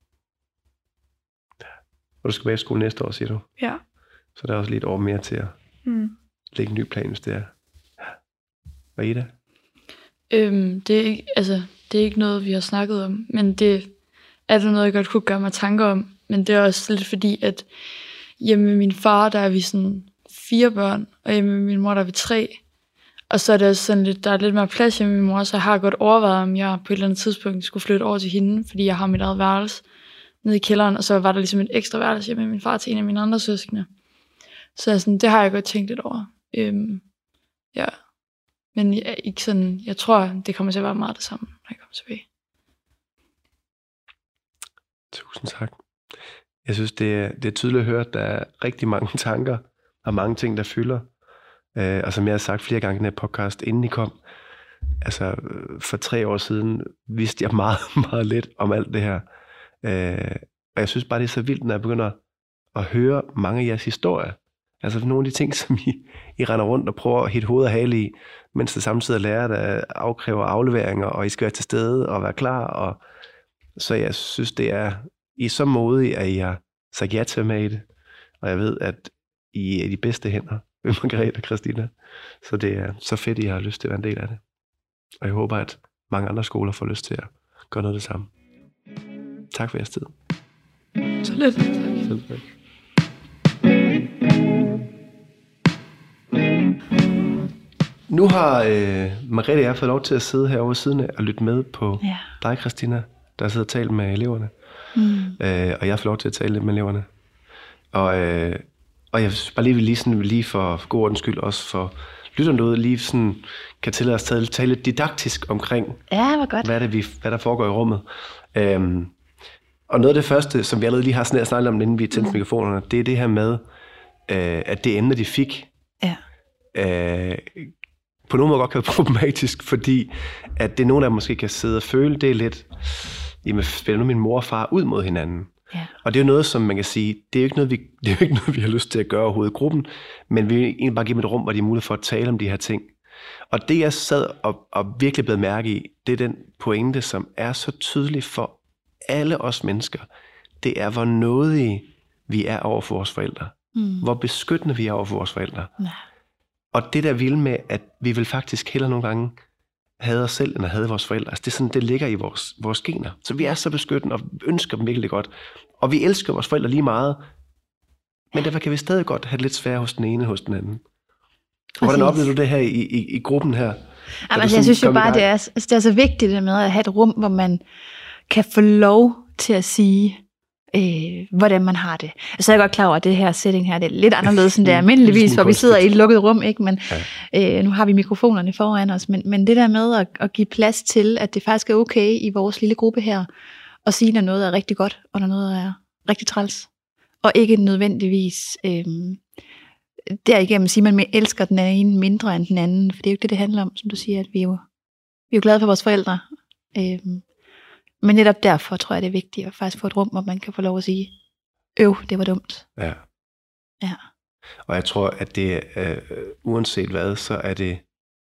Og du skal være i skole næste år, siger du? Ja. Så der er også lidt år mere til at mm. lægge en ny plan, hvis det er. Og Ida? Øhm, det, er ikke, altså, det er ikke noget, vi har snakket om, men det er det noget, jeg godt kunne gøre mig tanker om. Men det er også lidt fordi, at hjemme med min far, der er vi sådan fire børn, og hjemme med min mor, der er vi tre. Og så er det også sådan lidt, der er lidt mere plads hjemme med min mor, så jeg har godt overvejet, om jeg på et eller andet tidspunkt skulle flytte over til hende, fordi jeg har mit eget værelse nede i kælderen, og så var der ligesom et ekstra værelse hjemme med min far til en af mine andre søskende. Så sådan, det har jeg godt tænkt lidt over. Øhm, ja. Men jeg, ikke sådan, jeg tror, det kommer til at være meget det samme, når jeg kommer tilbage. Tusind tak. Jeg synes, det er, det er tydeligt at høre, at der er rigtig mange tanker og mange ting, der fylder. Øh, og som jeg har sagt flere gange i den her podcast, inden I kom, altså for tre år siden, vidste jeg meget, meget lidt om alt det her. Øh, og jeg synes bare, det er så vildt, når jeg begynder at høre mange af jeres historier. Altså nogle af de ting, som I, I render rundt og prøver at hitte hoved og hale i, mens det samtidig lærer, der afkræver afleveringer, og I skal være til stede og være klar. Og så jeg synes, det er, I er så modige, at I har sagt ja til at med i det. Og jeg ved, at I er i de bedste hænder med Margrethe og Christina. Så det er så fedt, I har lyst til at være en del af det. Og jeg håber, at mange andre skoler får lyst til at gøre noget af det samme. Tak for jeres tid. Så lidt. Selv tak. Nu har øh, Margrethe og jeg fået lov til at sidde herovre siden af og lytte med på Ja. dig, Christina, der sidder og taler med eleverne. Mm. Øh, og jeg har fået lov til at tale lidt med eleverne. Og, øh, og jeg synes bare lige, lige, sådan, lige for, for god ordens skyld, også for lytterne derude, lige sådan, kan tillade os at tale lidt didaktisk omkring, Ja, hvor godt. hvad, det, vi, hvad der foregår i rummet. Øhm, og noget af det første, som vi allerede lige har sådan snakket om, inden vi tændte mm. mikrofonerne, det er det her med, øh, at det emne, de fik, Ja. øh, på nogen måde godt kan være problematisk, fordi at det er nogen, der måske kan sidde og føle, det er lidt, jamen spiller nu min mor og far ud mod hinanden. Ja. Og det er jo noget, som man kan sige, det er jo ikke noget, vi, det er jo ikke noget, vi har lyst til at gøre overhovedet i gruppen, men vi vil egentlig bare give dem et rum, hvor de er mulighed for at tale om de her ting. Og det, jeg sad og, og virkelig blev mærke i, det er den pointe, som er så tydelig for alle os mennesker. Det er, hvor nådige vi er over for vores forældre. Mm. Hvor beskyttende vi er over for vores forældre. Ja. Og det der vil med, at vi vil faktisk hellere nogle gange have os selv, end at have vores forældre. Altså det er sådan, det ligger i vores, vores gener. Så vi er så beskyttende og ønsker dem virkelig godt. Og vi elsker vores forældre lige meget. Men derfor kan vi stadig godt have det lidt svært hos den ene hos den anden. Og hvordan oplever du det her i, i, i gruppen her? Jamen, altså, jeg synes jo bare, det er, altså, det er så vigtigt det med at have et rum, hvor man kan få lov til at sige, øh, hvordan man har det. Altså, jeg er godt klar over, at det her setting her, det er lidt anderledes, end det er almindeligvis, hvor vi sidder i et lukket rum, ikke? Men ja. øh, nu har vi mikrofonerne foran os. Men, men det der med at, at give plads til, at det faktisk er okay i vores lille gruppe her, at sige, når noget er rigtig godt, og når noget er rigtig træls. Og ikke nødvendigvis øh, derigennem sige, at man elsker den ene mindre end den anden, for det er jo ikke det, det handler om, som du siger, at vi er jo, vi er jo glade for vores forældre. Øh, men netop derfor tror jeg, det er vigtigt at faktisk få et rum, hvor man kan få lov at sige, øv, det var dumt. Ja. Ja. Og jeg tror, at det øh, uanset hvad, så er det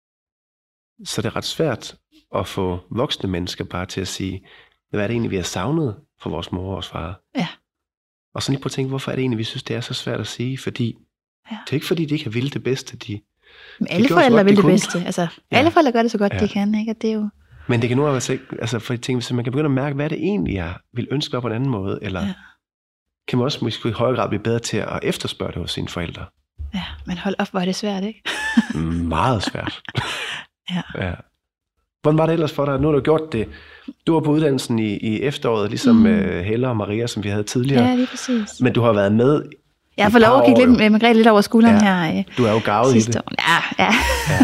så er det ret svært at få voksne mennesker bare til at sige, hvad er det egentlig, vi har savnet fra vores mor og vores far? Ja. Og så lige prøv at tænke, hvorfor er det egentlig, vi synes, det er så svært at sige? Fordi ja. det er ikke fordi, de ikke har ville det bedste. De, Men alle de forældre godt, vil de det kunne. bedste. Altså, ja. Alle forældre gør det så godt, ja. de kan. Ikke? Og det er jo... Men det kan nu altså ikke, altså for jeg tænker, hvis man kan begynde at mærke, hvad er det egentlig, jeg vil ønske mig på en anden måde, eller ja. kan man også måske i højere grad blive bedre til at efterspørge det hos sine forældre. Ja, men hold op, hvor er det svært, ikke? Meget svært. ja. ja. Hvordan var det ellers for dig? Nu har du gjort det. Du var på uddannelsen i, i efteråret, ligesom mm. uh, Helle og Maria, som vi havde tidligere. Ja, lige præcis. Men du har været med. Jeg har fået lov at kigge lidt med Margrethe lidt over skulderen ja, her. Du er jo gavet i det. År. Ja, ja.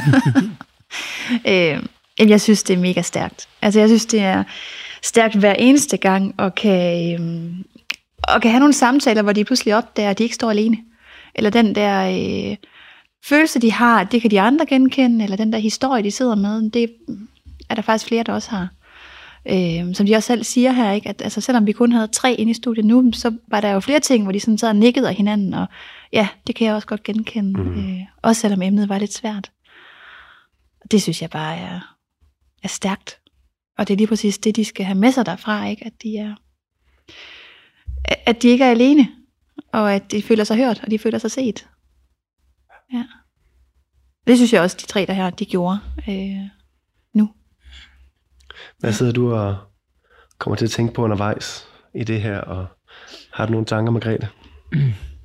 ja. øh, jeg synes, det er mega stærkt. Altså, jeg synes, det er stærkt hver eneste gang, og kan, øh, og kan have nogle samtaler, hvor de pludselig opdager, at de ikke står alene. Eller den der øh, følelse, de har, det kan de andre genkende, eller den der historie, de sidder med, det er der faktisk flere, der også har. Øh, som de også selv siger her, ikke? At altså, selvom vi kun havde tre inde i studiet nu, så var der jo flere ting, hvor de sådan sad og nikkede af hinanden, og ja, det kan jeg også godt genkende. Mm. Øh, også selvom emnet var lidt svært. Det synes jeg bare er, er stærkt. Og det er lige præcis det, de skal have med sig derfra, ikke? At de er, at de ikke er alene, og at de føler sig hørt, og de føler sig set. Ja. Det synes jeg også, de tre der her, de gjorde øh, nu. Hvad sidder du og kommer til at tænke på undervejs i det her, og har du nogle tanker, Margrethe? Mm.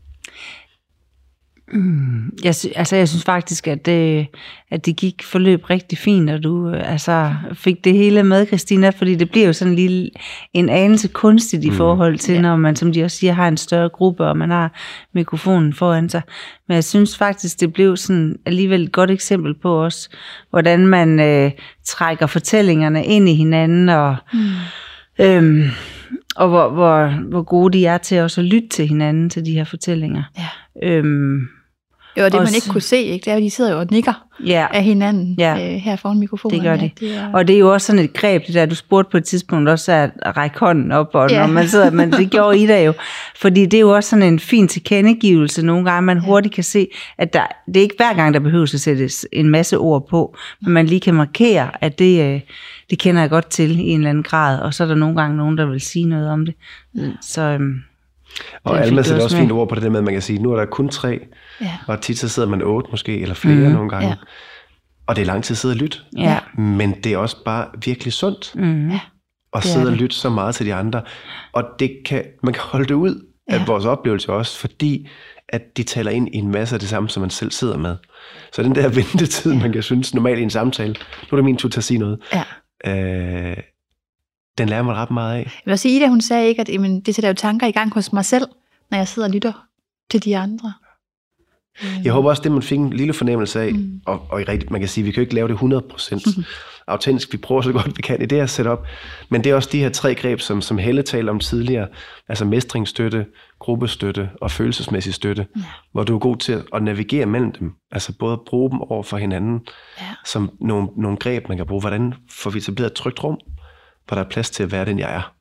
Mm. Jeg, sy- altså, jeg synes faktisk, at det, at det gik forløb rigtig fint, og du altså, fik det hele med, Christina, fordi det bliver jo sådan lige en anelse kunstigt i forhold til, mm. når man, som de også siger, har en større gruppe, og man har mikrofonen foran sig. Men jeg synes faktisk, det blev sådan alligevel et godt eksempel på os, hvordan man øh, trækker fortællingerne ind i hinanden, og, mm. øhm, og hvor, hvor, hvor gode de er til også at lytte til hinanden, til de her fortællinger. Ja. Øhm, Jo, det også, man ikke kunne se, ikke? Det er, at de sidder jo og nikker ja, af hinanden ja, øh, her foran mikrofonen. Det gør de. Ja, det er... Og det er jo også sådan et greb, det der, du spurgte på et tidspunkt også, at række hånden op, og ja. Når man sidder, men det gjorde Ida jo. Fordi det er jo også sådan en fin tilkendegivelse nogle gange, man hurtigt kan se, at der, det er ikke hver gang, der behøver at sættes en masse ord på, men man lige kan markere, at det, det kender jeg godt til i en eller anden grad, og så er der nogle gange nogen, der vil sige noget om det. Så... Øhm, Og Alma sætter også fint ord på det der med, at man kan sige, nu er der kun tre, ja. Og tit så sidder man otte måske, eller flere mm. nogle gange. Ja. Og det er lang tid at sidde og lytte. Ja. Men det er også bare virkelig sundt mm. at sidde og lytte så meget til de andre. Og det kan, man kan holde det ud af ja. Vores oplevelse også, fordi at de taler ind i en masse af det samme, som man selv sidder med. Så den der ventetid, man kan synes normalt i en samtale, nu er det min tur til at sige noget, ja. øh, den lærer man ret meget af. Jeg vil sige, Ida, hun sagde ikke, at jamen, det sætter jo tanker i gang hos mig selv, når jeg sidder og lytter til de andre. Jeg håber også, det man fik en lille fornemmelse af, mm. og, og man kan sige, vi kan jo ikke lave det hundrede procent mm. autentisk, vi prøver så godt vi kan i det her setup, men det er også de her tre greb, som, som Helle talte om tidligere, altså mestringsstøtte, gruppestøtte og følelsesmæssig støtte, ja. Hvor du er god til at navigere mellem dem, altså både at bruge dem over for hinanden, ja. Som nogle, nogle greb, man kan bruge, hvordan får vi etableret et trygt rum, hvor der er plads til at være den, jeg er.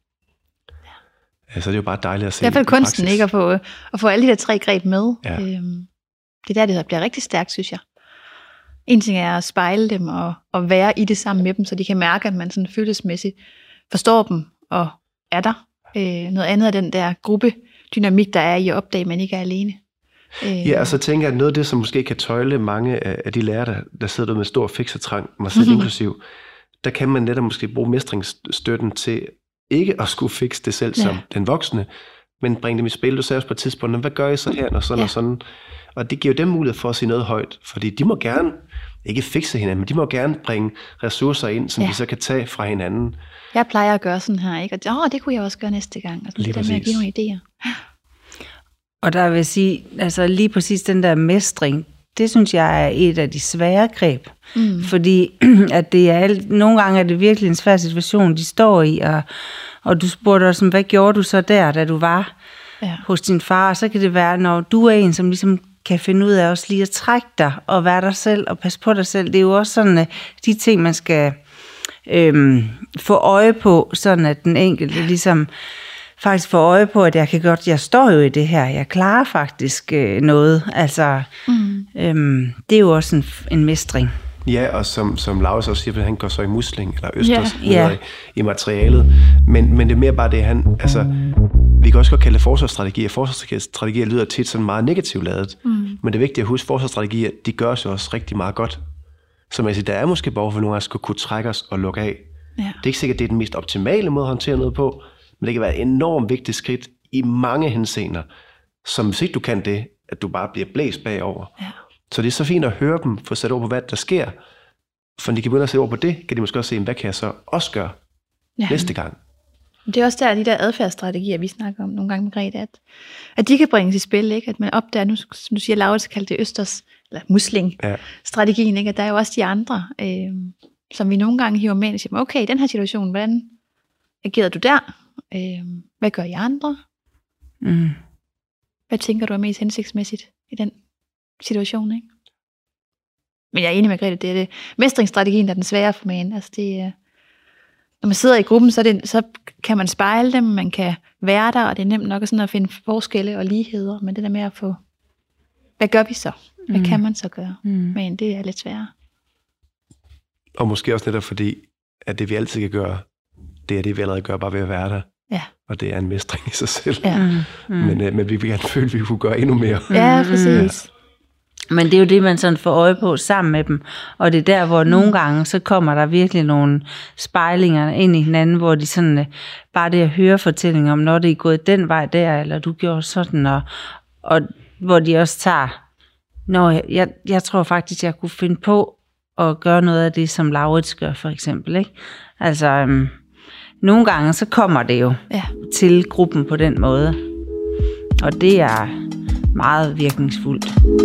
Ja. Så det er jo bare dejligt at se. I hvert fald kunsten, ikke? At få, at få alle de der tre greb med. Ja. Øhm, det er der, det bliver rigtig stærkt, synes jeg. En ting er at spejle dem og, og være i det sammen med dem, så de kan mærke, at man sådan følelsesmæssigt forstår dem og er der. Øh, noget andet er den der gruppedynamik, der er i at opdage, at man ikke er alene. Øh, ja, og så tænker jeg, at noget af det, som måske kan tøjle mange af de lærere, der, der sidder der med stor fiksertrang, mig selv mm-hmm. inklusiv, der kan man netop måske bruge mestringsstøtten til ikke at skulle fikse det selv som ja. Den voksne, men bringe dem i spil. Du sagde også på et tidspunkt, hvad gør I så her, og sådan ja. Og sådan. Og det giver dem mulighed for at sige noget højt, fordi de må gerne, ikke fikse hinanden, men de må gerne bringe ressourcer ind, som ja. De så kan tage fra hinanden. Jeg plejer at gøre sådan her, ikke? Og åh, det kunne jeg også gøre næste gang. Og det der med at give nogle idéer. Og der vil jeg sige, altså lige præcis den der mestring, det synes jeg er et af de svære greb. Mm. Fordi at det er, nogle gange er det virkelig en svær situation, de står i, og, og du spurgte os, hvad gjorde du så der, da du var ja. Hos din far? Og så kan det være, når du er en, som ligesom kan finde ud af også lige at trække dig, og være dig selv, og passe på dig selv. Det er jo også sådan, de ting, man skal øhm, få øje på, sådan at den enkelte ligesom faktisk få øje på, at jeg kan godt, jeg står jo i det her, jeg klarer faktisk øh, noget. Altså, mm. øhm, det er jo også en, en mestring. Ja, og som, som Laura også siger, at han går så i musling, eller østers, yeah. Yeah. i, i materialet. Men, men det er mere bare det, han, altså, vi kan også godt kalde det forsvarsstrategier. Forsvarsstrategier lyder tit sådan meget negativt ladet. Mm. Men det er vigtigt at huske, forsvarsstrategier, de gør sig også rigtig meget godt. Så man siger, der er måske behov for, at nogen af os skulle kunne trække os og lukke af. Ja. Det er ikke sikkert, at det er den mest optimale måde at håndtere noget på, men det kan være et enormt vigtigt skridt i mange henseender, som hvis ikke du kan det, at du bare bliver blæst bagover. Ja. Så det er så fint at høre dem, få sat ord på, hvad der sker, for de kan begynde at se over på det, kan de måske også se, hvad kan jeg så også gøre ja. næste gang. Det er også der, de der adfærdsstrategier, vi snakker om nogle gange med Grete, at, at de kan bringes i spil, ikke? At man opdager, nu som du siger, Laurits kaldte det Østers, eller musling-strategien, ikke? At der er jo også de andre, øh, som vi nogle gange hiver med og siger, okay, i den her situation, hvordan agerede du der? Øh, hvad gør I andre? Mm. Hvad tænker du er mest hensigtsmæssigt i den situation, ikke? Men jeg er enig med Grete, det er det. Mestringsstrategien, der er den svære for mig. Altså det, når man sidder i gruppen, så, det, så kan man spejle dem, man kan være der, og det er nemt nok sådan at finde forskelle og ligheder, men det der med at få, hvad gør vi så? Hvad mm. kan man så gøre? Mm. Men det er lidt sværere. Og måske også netop fordi, at det vi altid kan gøre, det er det, vi allerede gør, bare ved at være der. Ja. Og det er en mestring i sig selv. Ja. Mm. Mm. Men, øh, men vi vil gerne føle, at vi kunne gøre endnu mere. Ja, præcis. Ja. Men det er jo det, man sådan får øje på sammen med dem. Og det er der, hvor mm. nogle gange, så kommer der virkelig nogle spejlinger ind i hinanden, hvor de sådan, bare det at høre fortællinger om, når det er gået den vej der, eller du gjorde sådan, og, og hvor de også tager, når jeg, jeg, jeg tror faktisk, jeg kunne finde på at gøre noget af det, som Laurits gør, for eksempel, ikke? Altså, øhm, nogle gange, så kommer det jo ja. til gruppen på den måde. Og det er meget virkningsfuldt.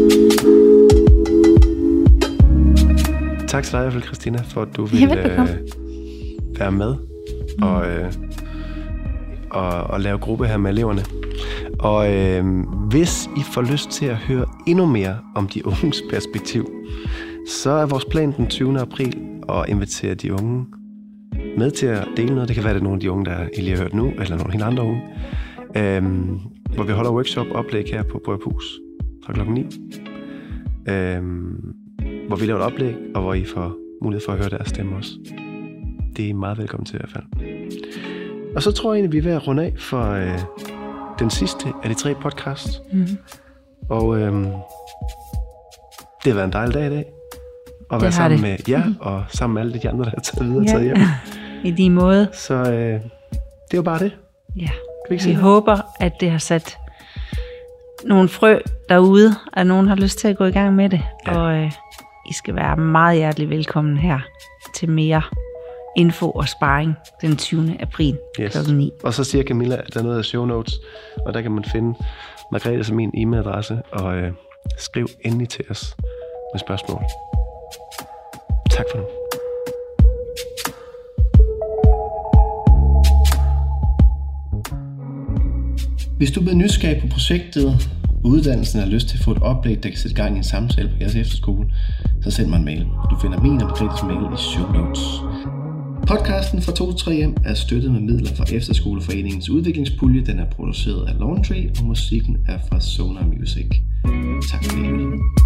Tak til dig i hvert fald, Christina, for at du ville øh, være med og, øh, og, og lave gruppe her med eleverne. Og øh, hvis I får lyst til at høre endnu mere om de unges perspektiv, så er vores plan den tyvende april at invitere de unge med til at dele noget. Det kan være, det er nogle af de unge, der I lige har hørt nu, eller nogle helt andre unge. Øhm, hvor vi holder workshop-oplæg her på Brødhus fra klokken ni. Øhm, hvor vi laver et oplæg, og hvor I får mulighed for at høre deres stemme også. Det er meget velkommen til i hvert fald. Og så tror jeg egentlig, vi er ved at runde af for øh, den sidste af de tre podcasts. Mm-hmm. Og øhm, det har været en dejlig dag i dag. At være sammen det. med jer, og sammen med alle de andre, der har taget videre og taget hjem. I de måde. Så øh, det er jo bare det. Ja, vi, vi håber, at det har sat nogle frø derude, at nogen har lyst til at gå i gang med det. Ja. Og øh, I skal være meget hjertelig velkommen her til mere info og sparring den tyvende april yes. klokken ni. Og så siger Camilla, at der er noget af show notes, og der kan man finde Margrethe som min e-mailadresse, og øh, skriv endelig til os med spørgsmål. Tak for nu. Hvis du er blevet nysgerrig på projektet, uddannelsen har lyst til at få et oplæg, der kan sætte gang i en samtale på jeres efterskole, så send mig en mail. Du finder min og Margrethes mail i show notes. Podcasten fra to til tre hjem er støttet med midler fra Efterskoleforeningens udviklingspulje. Den er produceret af Laundry, og musikken er fra Sonar Music. Tak for det.